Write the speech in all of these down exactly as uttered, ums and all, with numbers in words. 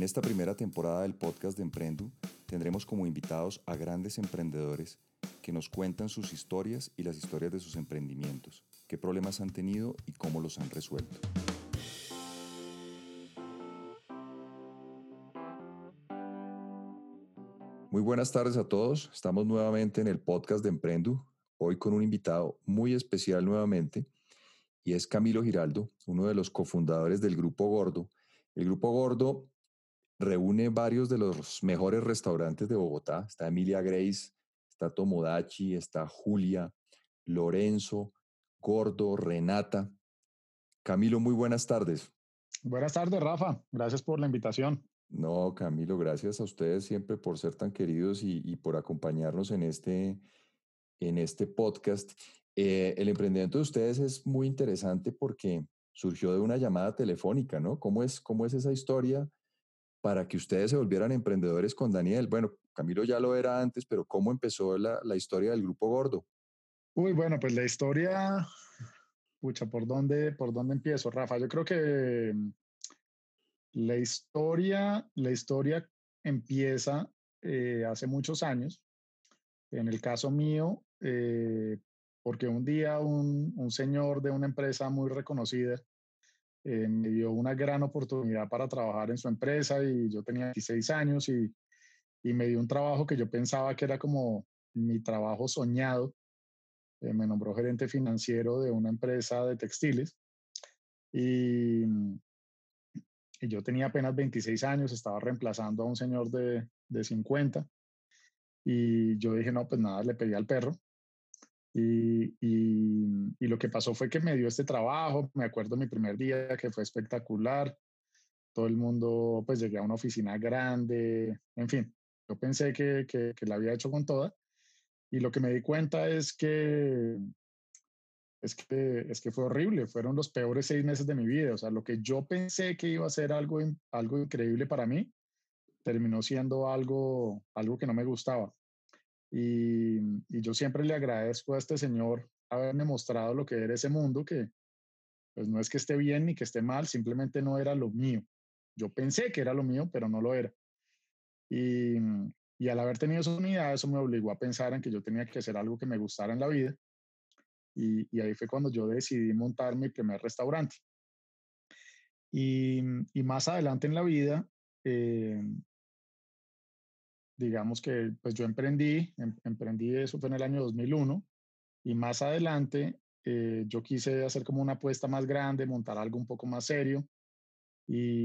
En esta primera temporada del podcast de Emprendu tendremos como invitados a grandes emprendedores que nos cuentan sus historias y las historias de sus emprendimientos, qué problemas han tenido y cómo los han resuelto. Muy buenas tardes a todos, estamos nuevamente en el podcast de Emprendu, hoy con un invitado muy especial nuevamente, y es Camilo Giraldo, uno de los cofundadores del Grupo Gordo. El Grupo Gordo reúne varios de los mejores restaurantes de Bogotá. Está Emilia Grace, está Tomodachi, está Julia, Lorenzo, Gordo, Renata. Camilo, muy buenas tardes. Buenas tardes, Rafa. Gracias por la invitación. No, Camilo, gracias a ustedes siempre por ser tan queridos y, y por acompañarnos en este, en este podcast. Eh, el emprendimiento de ustedes es muy interesante porque surgió de una llamada telefónica, ¿no? ¿Cómo es, cómo es esa historia para que ustedes se volvieran emprendedores con Daniel? Bueno, Camilo ya lo era antes, pero ¿cómo empezó la, la historia del Grupo Gordo? Uy, bueno, pues la historia, pucha, ¿por dónde, por dónde empiezo, Rafa? Yo creo que mm, la historia, la historia empieza eh, hace muchos años. En el caso mío, eh, porque un día un, un señor de una empresa muy reconocida eh, me dio una gran oportunidad para trabajar en su empresa y yo tenía dieciséis años y, y me dio un trabajo que yo pensaba que era como mi trabajo soñado. Eh, me nombró gerente financiero de una empresa de textiles y, y yo tenía apenas veintiséis años, estaba reemplazando a un señor de, de cincuenta y yo dije, no, pues nada, le pedí al perro. Y, y, y lo que pasó fue que me dio este trabajo, me acuerdo mi primer día que fue espectacular, todo el mundo, pues llegué a una oficina grande, en fin, yo pensé que, que, que la había hecho con toda y lo que me di cuenta es que Es que, es que fue horrible, fueron los peores seis meses de mi vida. O sea, lo que yo pensé que iba a ser algo, algo increíble para mí, terminó siendo algo, algo que no me gustaba. Y, y yo siempre le agradezco a este señor haberme mostrado lo que era ese mundo, que pues no es que esté bien ni que esté mal, simplemente no era lo mío. Yo pensé que era lo mío, pero no lo era. Y, y al haber tenido esa unidad, eso me obligó a pensar en que yo tenía que hacer algo que me gustara en la vida. Y, y ahí fue cuando yo decidí montar mi primer restaurante. Y, y más adelante en la vida, eh, digamos que pues yo emprendí, em, emprendí eso fue en el año dos mil uno y más adelante eh, yo quise hacer como una apuesta más grande, montar algo un poco más serio y,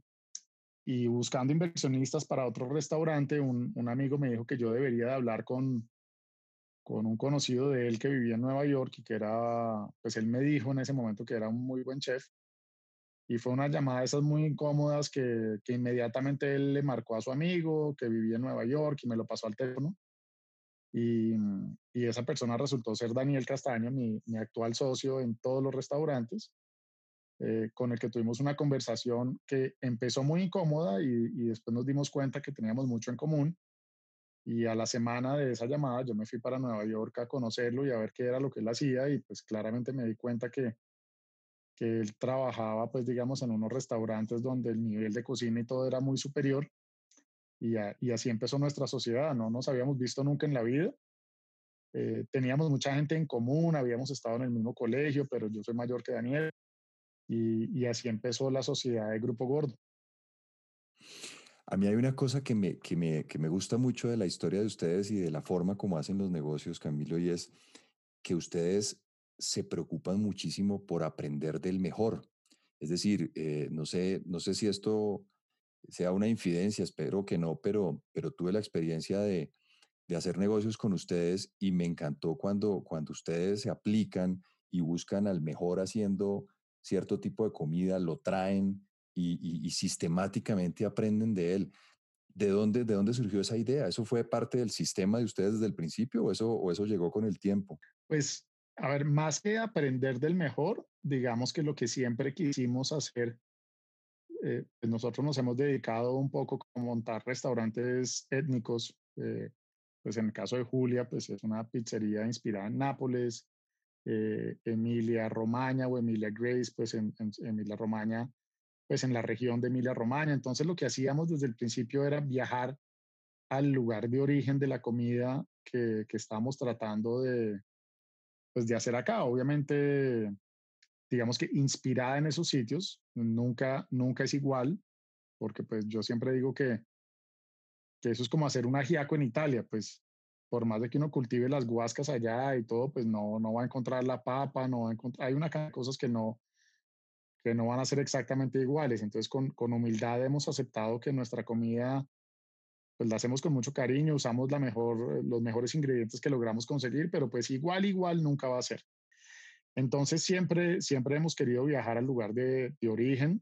y buscando inversionistas para otro restaurante, un, un amigo me dijo que yo debería de hablar con, con un conocido de él que vivía en Nueva York y que era, pues él me dijo en ese momento que era un muy buen chef. Y fue una llamada de esas muy incómodas que, que inmediatamente él le marcó a su amigo que vivía en Nueva York y me lo pasó al teléfono. Y, y esa persona resultó ser Daniel Castaño, mi, mi actual socio en todos los restaurantes, eh, con el que tuvimos una conversación que empezó muy incómoda y, y después nos dimos cuenta que teníamos mucho en común. Y a la semana de esa llamada yo me fui para Nueva York a conocerlo y a ver qué era lo que él hacía y pues claramente me di cuenta que que él trabajaba, pues digamos, en unos restaurantes donde el nivel de cocina y todo era muy superior. Y, a, y así empezó nuestra sociedad, no nos habíamos visto nunca en la vida. Eh, teníamos mucha gente en común, habíamos estado en el mismo colegio, pero yo soy mayor que Daniel. Y, y así empezó la sociedad de Grupo Gordo. A mí hay una cosa que me, que me, que me gusta mucho de la historia de ustedes y de la forma como hacen los negocios, Camilo, y es que ustedes se preocupan muchísimo por aprender del mejor. Es decir, eh, no sé, no sé si esto sea una infidencia, espero que no, pero, pero tuve la experiencia de, de hacer negocios con ustedes y me encantó cuando, cuando ustedes se aplican y buscan al mejor haciendo cierto tipo de comida, lo traen y, y, y sistemáticamente aprenden de él. ¿De dónde, ¿De dónde surgió esa idea? ¿Eso fue parte del sistema de ustedes desde el principio o eso, o eso llegó con el tiempo? Pues, a ver, más que aprender del mejor, digamos que lo que siempre quisimos hacer, eh, pues nosotros nos hemos dedicado un poco a montar restaurantes étnicos. Eh, pues en el caso de Julia, pues es una pizzería inspirada en Nápoles. Eh, Emilia Romagna o Emilia Grace, pues en, en Emilia Romagna pues en la región de Emilia-Romagna. Entonces lo que hacíamos desde el principio era viajar al lugar de origen de la comida que, que estábamos tratando de, pues, de hacer acá. Obviamente, digamos que inspirada en esos sitios, nunca, nunca es igual, porque pues yo siempre digo que, que eso es como hacer un ajiaco en Italia, pues por más de que uno cultive las guascas allá y todo, pues no, no va a encontrar la papa, no va a encontrar, hay una cantidad de cosas que no, que no van a ser exactamente iguales. Entonces, con, con humildad hemos aceptado que nuestra comida, pues la hacemos con mucho cariño, usamos la mejor, los mejores ingredientes que logramos conseguir, pero pues igual, igual nunca va a ser. Entonces, siempre, siempre hemos querido viajar al lugar de, de origen.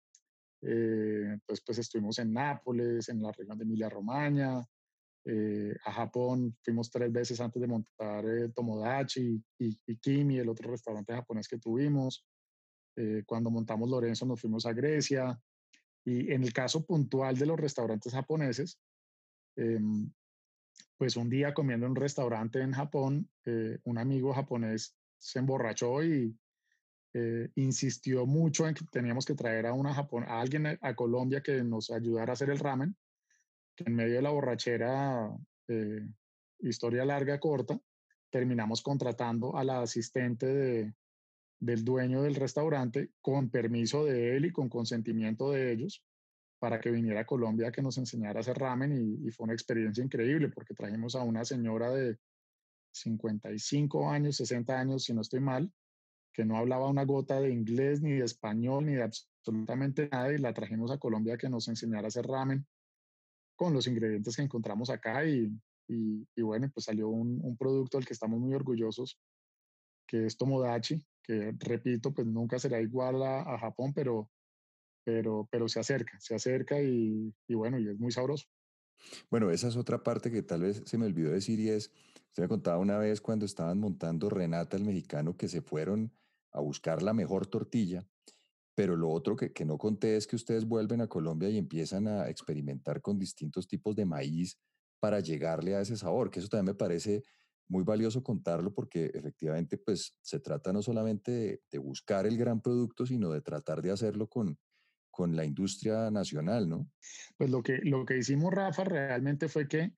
Eh, pues, pues estuvimos en Nápoles, en la región de Emilia-Romagna, eh, a Japón fuimos tres veces antes de montar eh, Tomodachi y, y Kimi, el otro restaurante japonés que tuvimos. Eh, cuando montamos Lorenzo nos fuimos a Grecia. Y en el caso puntual de los restaurantes japoneses, eh, pues un día comiendo en un restaurante en Japón, eh, un amigo japonés se emborrachó y eh, insistió mucho en que teníamos que traer a, una Japón, a alguien a, a Colombia que nos ayudara a hacer el ramen, que en medio de la borrachera, eh, historia larga, corta, terminamos contratando a la asistente de, del dueño del restaurante con permiso de él y con consentimiento de ellos para que viniera a Colombia a que nos enseñara a hacer ramen y, y fue una experiencia increíble porque trajimos a una señora de cincuenta y cinco años, sesenta años, si no estoy mal, que no hablaba una gota de inglés, ni de español, ni de absolutamente nada, y la trajimos a Colombia a que nos enseñara a hacer ramen con los ingredientes que encontramos acá y, y, y bueno, pues salió un, un, producto del que estamos muy orgullosos, que es Tomodachi, que repito, pues nunca será igual a, a Japón, pero, pero, pero se acerca, se acerca y, y bueno, y es muy sabroso. Bueno, esa es otra parte que tal vez se me olvidó decir y es, usted me contaba una vez cuando estaban montando Renata el mexicano que se fueron a buscar la mejor tortilla, pero lo otro que, que no conté es que ustedes vuelven a Colombia y empiezan a experimentar con distintos tipos de maíz para llegarle a ese sabor, que eso también me parece muy valioso contarlo porque efectivamente pues se trata no solamente de, de buscar el gran producto, sino de tratar de hacerlo con, con la industria nacional, ¿no? Pues lo que, lo que hicimos, Rafa, realmente fue que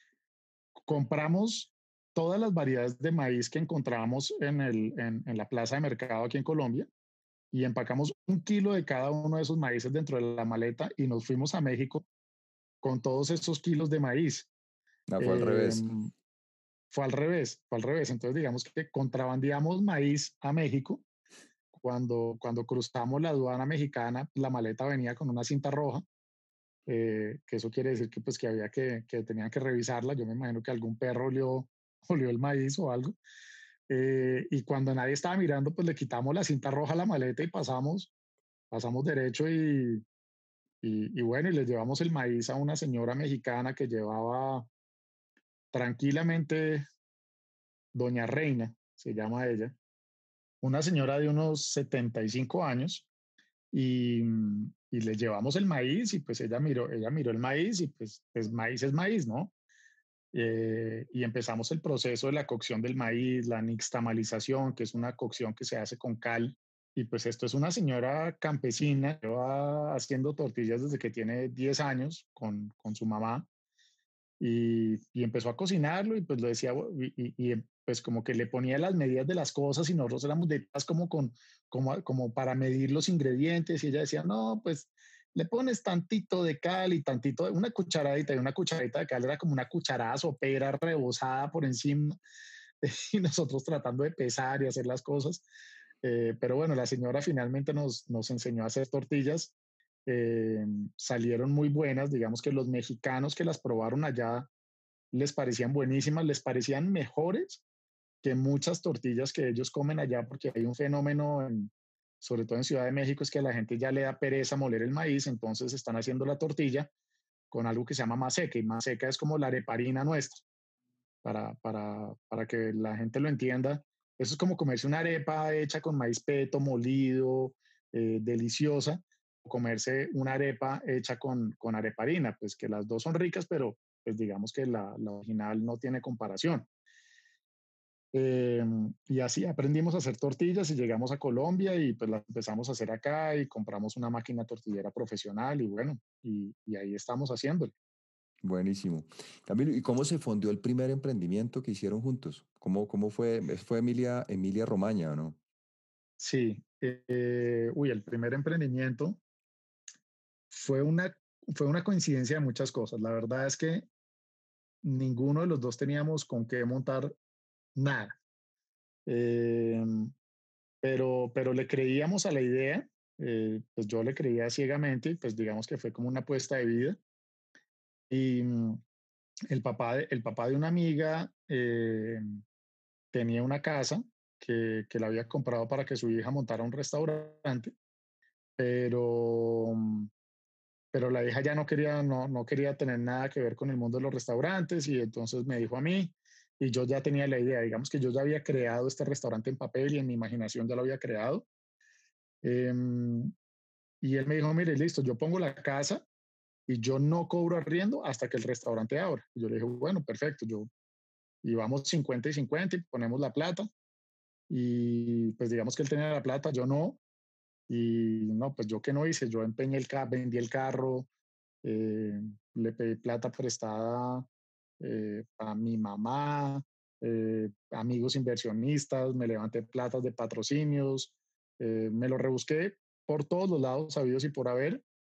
compramos todas las variedades de maíz que encontramos en, el, en, en la plaza de mercado aquí en Colombia y empacamos un kilo de cada uno de esos maíces dentro de la maleta y nos fuimos a México con todos esos kilos de maíz. Ah, fue al Eh, revés. fue al revés, fue al revés. Entonces digamos que contrabandeamos maíz a México. Cuando, cuando cruzamos la aduana mexicana, la maleta venía con una cinta roja, eh, que eso quiere decir que, pues, que había que, que tenían que revisarla. Yo me imagino que algún perro olió, olió el maíz o algo. Eh, y cuando nadie estaba mirando, pues le quitamos la cinta roja a la maleta y pasamos, pasamos derecho y, y, y bueno, y les llevamos el maíz a una señora mexicana que llevaba tranquilamente, Doña Reina, se llama ella, una señora de unos setenta y cinco años y, y le llevamos el maíz y pues ella miró, ella miró el maíz y pues, pues maíz es maíz, ¿no? Eh, y empezamos el proceso de la cocción del maíz, la nixtamalización, que es una cocción que se hace con cal. Y pues esto es una señora campesina, lleva haciendo tortillas desde que tiene diez años con, con su mamá y, y empezó a cocinarlo y pues lo decía, y, y, y, pues como que le ponía las medidas de las cosas y nosotros éramos de como, con, como, como para medir los ingredientes y ella decía, no, pues le pones tantito de cal y tantito, de una cucharadita y una cucharadita de cal era como una cucharada sopera rebosada por encima y nosotros tratando de pesar y hacer las cosas. Eh, pero bueno, la señora finalmente nos, nos enseñó a hacer tortillas. Eh, salieron muy buenas, digamos que los mexicanos que las probaron allá les parecían buenísimas, les parecían mejores que muchas tortillas que ellos comen allá, porque hay un fenómeno, en, sobre todo en Ciudad de México, es que a la gente ya le da pereza moler el maíz, entonces están haciendo la tortilla con algo que se llama maseca, y maseca es como la areparina nuestra, para, para, para que la gente lo entienda. Eso es como comerse una arepa hecha con maíz peto, molido, eh, deliciosa, o comerse una arepa hecha con, con areparina, pues que las dos son ricas, pero pues digamos que la, la original no tiene comparación. Em, y así aprendimos a hacer tortillas y llegamos a Colombia y pues las empezamos a hacer acá y compramos una máquina tortillera profesional y bueno, y, y ahí estamos haciéndolo. Buenísimo. Camilo, ¿y cómo se fondeó el primer emprendimiento que hicieron juntos? ¿Cómo, cómo fue? ¿Fue Emilia, Emilia Romagna o no? Sí, eh, uy, el primer emprendimiento fue una, fue una coincidencia de muchas cosas. La verdad es que ninguno de los dos teníamos con qué montar nada. Em, pero, pero le creíamos a la idea, eh, pues yo le creía ciegamente, y pues digamos que fue como una apuesta de vida. Y mm, el papá de, el papá de una amiga eh, tenía una casa que, que la había comprado para que su hija montara un restaurante, pero, mm, pero la hija ya no quería, no, no quería tener nada que ver con el mundo de los restaurantes y entonces me dijo a mí y yo ya tenía la idea, digamos que yo ya había creado este restaurante en papel y en mi imaginación ya lo había creado. Em, y él me dijo, mire, listo, yo pongo la casa y yo no cobro arriendo hasta que el restaurante abra. Y yo le dije, bueno, perfecto, yo, y vamos cincuenta y cincuenta y ponemos la plata. Y pues digamos que él tenía la plata, yo no. Y no, pues yo qué no hice, yo empeñé el carro, vendí el carro, eh, le pedí plata prestada eh, a mi mamá, eh, amigos inversionistas, me levanté platas de patrocinios, eh, me lo rebusqué por todos los lados sabidos y por haber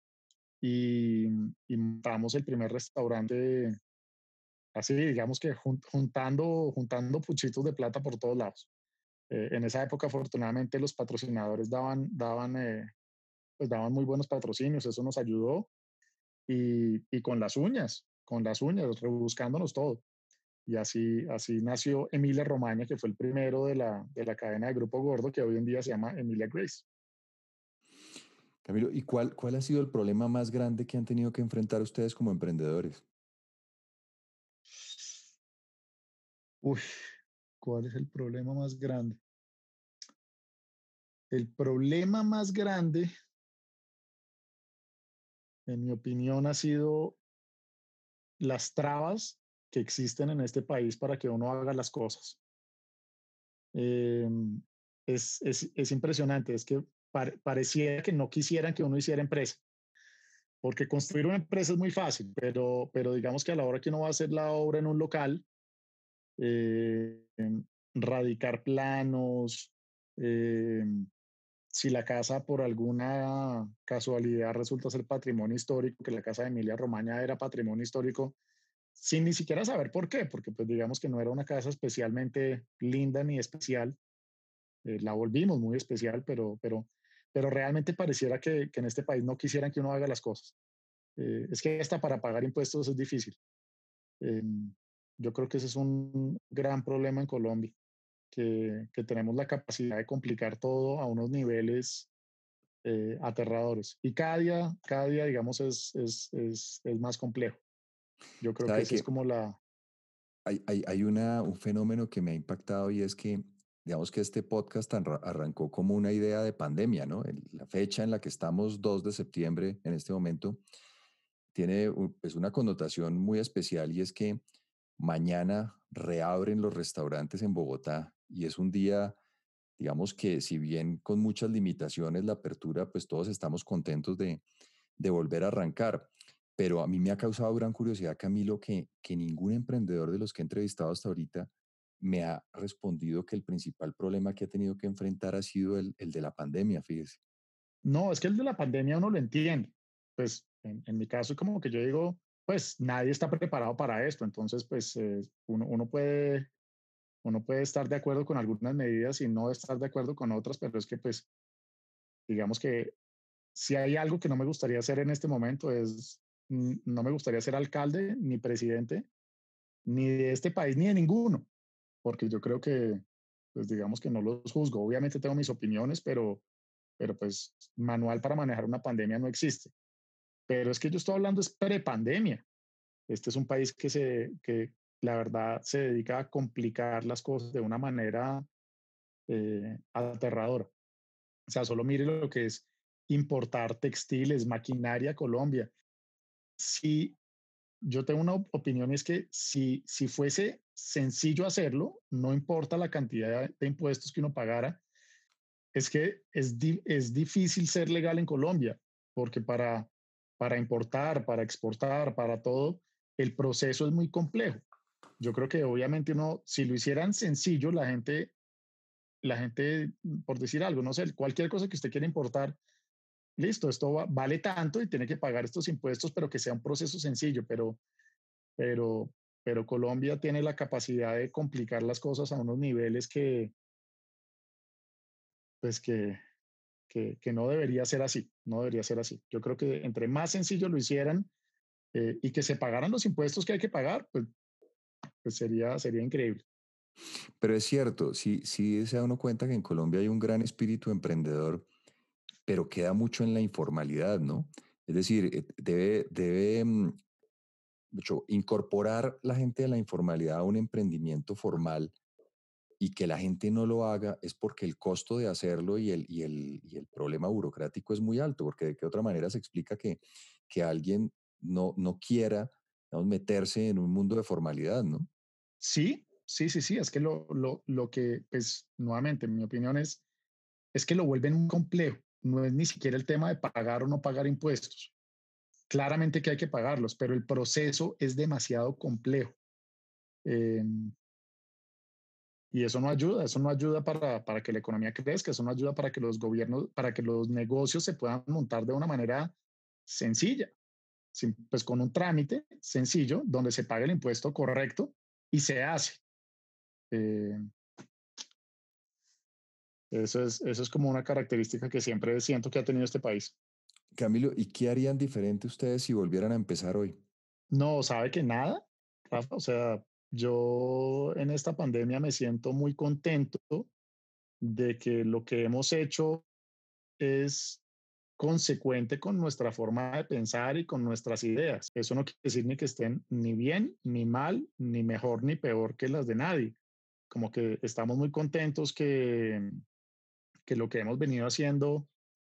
y, y montamos el primer restaurante así, digamos que jun- juntando, juntando puchitos de plata por todos lados. Eh, en esa época, afortunadamente, los patrocinadores daban, daban, eh, pues daban muy buenos patrocinios, eso nos ayudó y, y con las uñas, con las uñas, rebuscándonos todo. Y así, así nació Emilia Romagna, que fue el primero de la, de la cadena de Grupo Gordo, que hoy en día se llama Emilia Grace. Camilo, ¿y cuál, cuál ha sido el problema más grande que han tenido que enfrentar ustedes como emprendedores? Uy, ¿cuál es el problema más grande? El problema más grande, en mi opinión, ha sido las trabas que existen en este país para que uno haga las cosas. Eh, es, es, es, impresionante, es que pare, pareciera que no quisieran que uno hiciera empresa, porque construir una empresa es muy fácil, pero, pero digamos que a la hora que uno va a hacer la obra en un local, eh, radicar planos, eh, si la casa por alguna casualidad resulta ser patrimonio histórico, que la casa de Emilia Romagna era patrimonio histórico, sin ni siquiera saber por qué, porque pues digamos que no era una casa especialmente linda ni especial, eh, la volvimos muy especial, pero, pero, pero realmente pareciera que, que en este país no quisieran que uno haga las cosas. Eh, es que hasta para pagar impuestos es difícil. Eh, yo creo que ese es un gran problema en Colombia, que, que tenemos la capacidad de complicar todo a unos niveles eh, aterradores. Y cada día, cada día, digamos, es, es, es, es más complejo. Yo creo que Sabe esa es que como la... hay, hay, hay una, un fenómeno que me ha impactado y es que, digamos que este podcast arra- arrancó como una idea de pandemia, ¿no? El- la fecha en la que estamos, dos de septiembre, en este momento, tiene u- pues una connotación muy especial y es que mañana reabren los restaurantes en Bogotá y es un día, digamos que si bien con muchas limitaciones la apertura, pues todos estamos contentos de, de volver a arrancar. Pero a mí me ha causado gran curiosidad, Camilo, que, que ningún emprendedor de los que he entrevistado hasta ahorita me ha respondido que el principal problema que ha tenido que enfrentar ha sido el, el de la pandemia, fíjese. No, es que el de la pandemia uno lo entiende. Pues en, en mi caso, como que yo digo, pues nadie está preparado para esto. Entonces, pues eh, uno, uno puede, uno puede estar de acuerdo con algunas medidas y no estar de acuerdo con otras, pero es que, pues, digamos que si hay algo que no me gustaría hacer en este momento es, mm, no me gustaría ser alcalde, ni presidente, ni de este país, ni de ninguno, porque yo creo que, pues digamos que no los juzgo. Obviamente tengo mis opiniones, pero, pero pues manual para manejar una pandemia no existe. Pero es que yo estoy hablando es prepandemia. Este es un país que, se, que la verdad se dedica a complicar las cosas de una manera eh, aterradora. O sea, solo mire lo que es importar textiles, maquinaria a Colombia. Si yo tengo una opinión, es que si, si fuese sencillo hacerlo, no importa la cantidad de impuestos que uno pagara, es que es, di, es difícil ser legal en Colombia, porque para, para importar, para exportar, para todo, el proceso es muy complejo. Yo creo que obviamente uno, si lo hicieran sencillo, la gente, la gente, por decir algo, no sé, cualquier cosa que usted quiera importar, listo, esto va, vale tanto y tiene que pagar estos impuestos, pero que sea un proceso sencillo, pero, pero, pero Colombia tiene la capacidad de complicar las cosas a unos niveles que, pues que, que, que no debería ser así, no debería ser así. Yo creo que entre más sencillo lo hicieran eh, y que se pagaran los impuestos que hay que pagar, pues, pues sería, sería increíble. Pero es cierto, sí, sí se da uno cuenta que en Colombia hay un gran espíritu emprendedor, pero queda mucho en la informalidad, ¿no? Es decir, eh, debe, debe mm, mucho incorporar la gente de la informalidad a un emprendimiento formal y que la gente no lo haga es porque el costo de hacerlo y el, y el, y el problema burocrático es muy alto, porque de qué otra manera se explica que, que alguien no, no quiera, digamos, meterse en un mundo de formalidad, ¿no? Sí, sí, sí, sí, es que lo, lo, lo que, pues nuevamente, mi opinión es, es que lo vuelven un complejo. No es ni siquiera el tema de pagar o no pagar impuestos. Claramente que hay que pagarlos, pero el proceso es demasiado complejo. Eh, y eso no ayuda, eso no ayuda para, para que la economía crezca, eso no ayuda para que los gobiernos, para que los negocios se puedan montar de una manera sencilla, sin, pues con un trámite sencillo donde se pague el impuesto correcto y se hace. Eh, eso, es, eso es como una característica que siempre siento que ha tenido este país. Camilo, ¿y qué harían diferente ustedes si volvieran a empezar hoy? No, sabe que nada, Rafa, o sea, yo en esta pandemia me siento muy contento de que lo que hemos hecho es consecuente con nuestra forma de pensar y con nuestras ideas. Eso no quiere decir ni que estén ni bien, ni mal, ni mejor, ni peor que las de nadie. Como que estamos muy contentos que, que lo que hemos venido haciendo,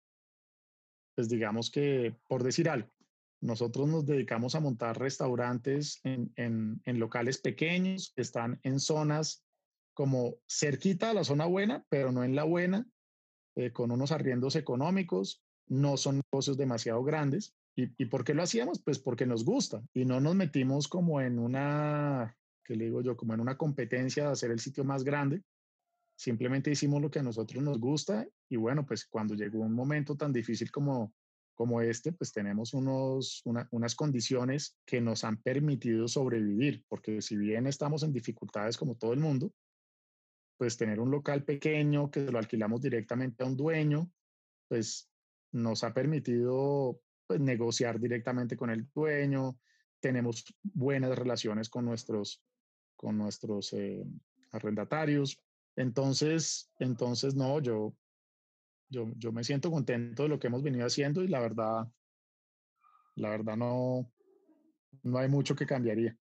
pues digamos que, por decir algo, nosotros nos dedicamos a montar restaurantes en, en, en locales pequeños que están en zonas como cerquita a la zona buena, pero no en la buena, eh, con unos arriendos económicos, no son negocios demasiado grandes. ¿Y, ¿Y por qué lo hacíamos? Pues porque nos gusta y no nos metimos como en una, ¿qué le digo yo? Como en una competencia de hacer el sitio más grande. Simplemente hicimos lo que a nosotros nos gusta y bueno, pues cuando llegó un momento tan difícil como, como este, pues tenemos unos, una, unas condiciones que nos han permitido sobrevivir, porque si bien estamos en dificultades como todo el mundo, pues tener un local pequeño que lo alquilamos directamente a un dueño, pues nos ha permitido pues, negociar directamente con el dueño, tenemos buenas relaciones con nuestros, con nuestros eh, arrendatarios. Entonces, entonces no, yo, yo, yo me siento contento de lo que hemos venido haciendo y la verdad, la verdad no, no hay mucho que cambiaría.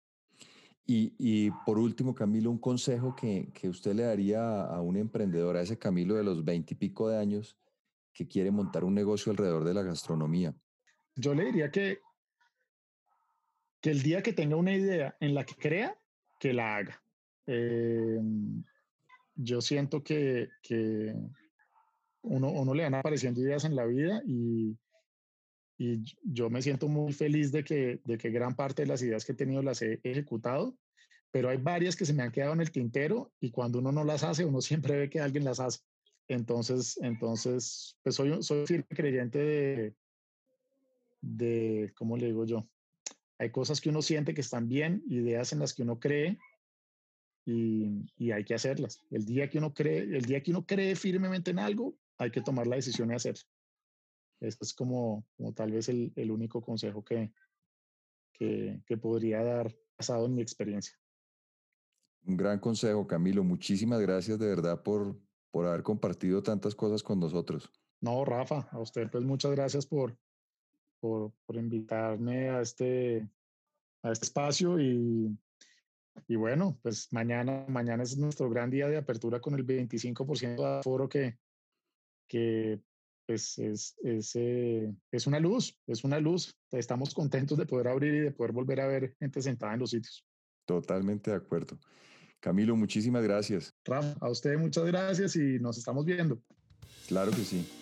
Y, y por último, Camilo, un consejo que, que usted le daría a, a un emprendedor, a ese Camilo de los veinte y pico de años que quiere montar un negocio alrededor de la gastronomía. Yo le diría que, que el día que tenga una idea en la que crea, que la haga. Eh, yo siento que, que uno, uno le van apareciendo ideas en la vida y, y yo me siento muy feliz de que, de que gran parte de las ideas que he tenido las he ejecutado, pero hay varias que se me han quedado en el tintero y cuando uno no las hace, uno siempre ve que alguien las hace. Entonces, entonces pues soy, soy firme creyente de, de, ¿cómo le digo yo? Hay cosas que uno siente que están bien, ideas en las que uno cree y, y hay que hacerlas. El día que uno cree, el día que uno cree firmemente en algo, hay que tomar la decisión de hacerlo. Este es como, como tal vez el, el único consejo que, que, que podría dar basado en mi experiencia. Un gran consejo, Camilo. Muchísimas gracias de verdad por, por haber compartido tantas cosas con nosotros. No, Rafa, a usted pues muchas gracias por, por, por invitarme a este, a este espacio y, y bueno, pues mañana, mañana es nuestro gran día de apertura con el veinticinco por ciento de aforo que, que pues es, es, eh, es una luz, es una luz. Estamos contentos de poder abrir y de poder volver a ver gente sentada en los sitios. Totalmente de acuerdo. Camilo, muchísimas gracias. Rafa, a usted muchas gracias y nos estamos viendo. Claro que sí.